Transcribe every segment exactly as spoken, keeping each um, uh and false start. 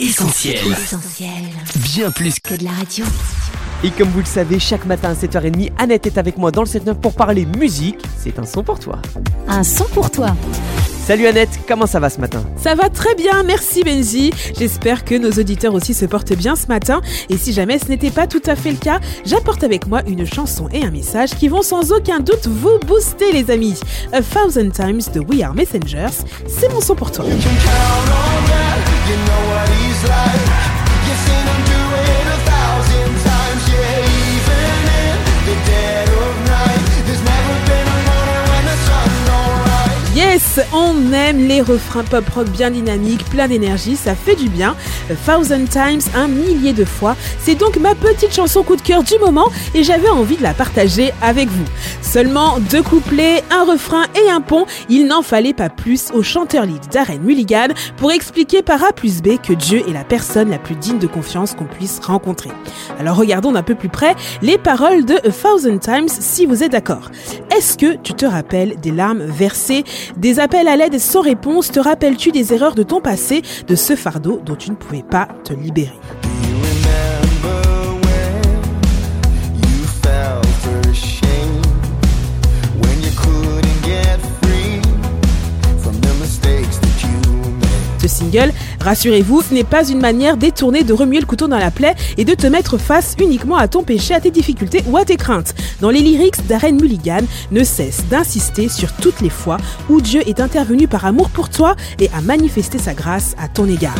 Essentiel. Essentiel. Bien plus que de la radio. Et comme vous le savez, chaque matin à sept heures trente, Annette est avec moi dans le sept neuf pour parler musique. C'est un son pour toi. Un son pour toi. Salut Annette, comment ça va ce matin ? Ça va très bien, merci Benji. J'espère que nos auditeurs aussi se portent bien ce matin. Et si jamais ce n'était pas tout à fait le cas, j'apporte avec moi une chanson et un message qui vont sans aucun doute vous booster les amis. A Thousand Times de We Are Messengers, c'est mon son pour toi. Yes, on aime les refrains pop-rock bien dynamiques, plein d'énergie, ça fait du bien. A Thousand Times, un millier de fois. C'est donc ma petite chanson coup de cœur du moment et j'avais envie de la partager avec vous. Seulement deux couplets, un refrain et un pont, il n'en fallait pas plus au chanteur lead Darren Mulligan pour expliquer par A plus B que Dieu est la personne la plus digne de confiance qu'on puisse rencontrer. Alors regardons d'un peu plus près les paroles de A Thousand Times si vous êtes d'accord. Est-ce que tu te rappelles des larmes versées, des appels à l'aide sans réponse? Te rappelles-tu des erreurs de ton passé, de ce fardeau dont tu ne pouvais pas te libérer? Ce single, rassurez-vous, ce n'est pas une manière détournée de remuer le couteau dans la plaie et de te mettre face uniquement à ton péché, à tes difficultés ou à tes craintes. Dans les lyrics, Darren Mulligan ne cesse d'insister sur toutes les fois où Dieu est intervenu par amour pour toi et a manifesté sa grâce à ton égard.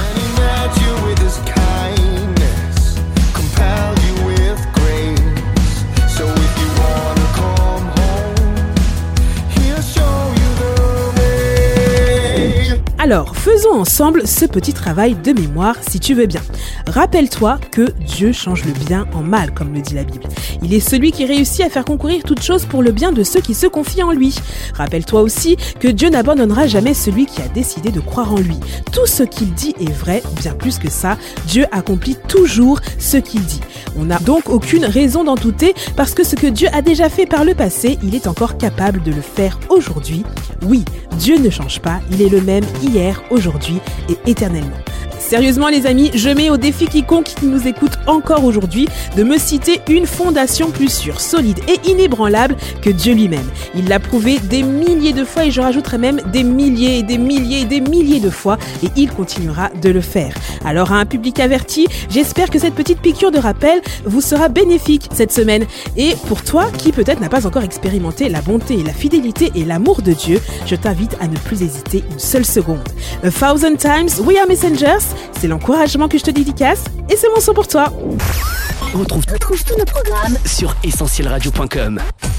Alors, faisons ensemble ce petit travail de mémoire si tu veux bien. Rappelle-toi que Dieu change le bien en mal, comme le dit la Bible. Il est celui qui réussit à faire concourir toutes choses pour le bien de ceux qui se confient en lui. Rappelle-toi aussi que Dieu n'abandonnera jamais celui qui a décidé de croire en lui. Tout ce qu'il dit est vrai, bien plus que ça, Dieu accomplit toujours ce qu'il dit. On n'a donc aucune raison d'en douter parce que ce que Dieu a déjà fait par le passé, il est encore capable de le faire aujourd'hui. Oui, Dieu ne change pas, il est le même hier, aujourd'hui et éternellement. Sérieusement les amis, je mets au défi quiconque qui nous écoute encore aujourd'hui de me citer une fondation plus sûre, solide et inébranlable que Dieu lui-même. Il l'a prouvé des milliers de fois et je rajouterai même des milliers et des milliers et des milliers de fois et il continuera de le faire. Alors à un public averti, j'espère que cette petite piqûre de rappel vous sera bénéfique cette semaine. Et pour toi qui peut-être n'a pas encore expérimenté la bonté, la fidélité et l'amour de Dieu, je t'invite à ne plus hésiter une seule seconde. A Thousand Times, We Are Messengers, c'est l'encouragement que je te dédicace et c'est mon son pour toi. On retrouve, Retrouve tous nos programmes sur essentiel radio point com.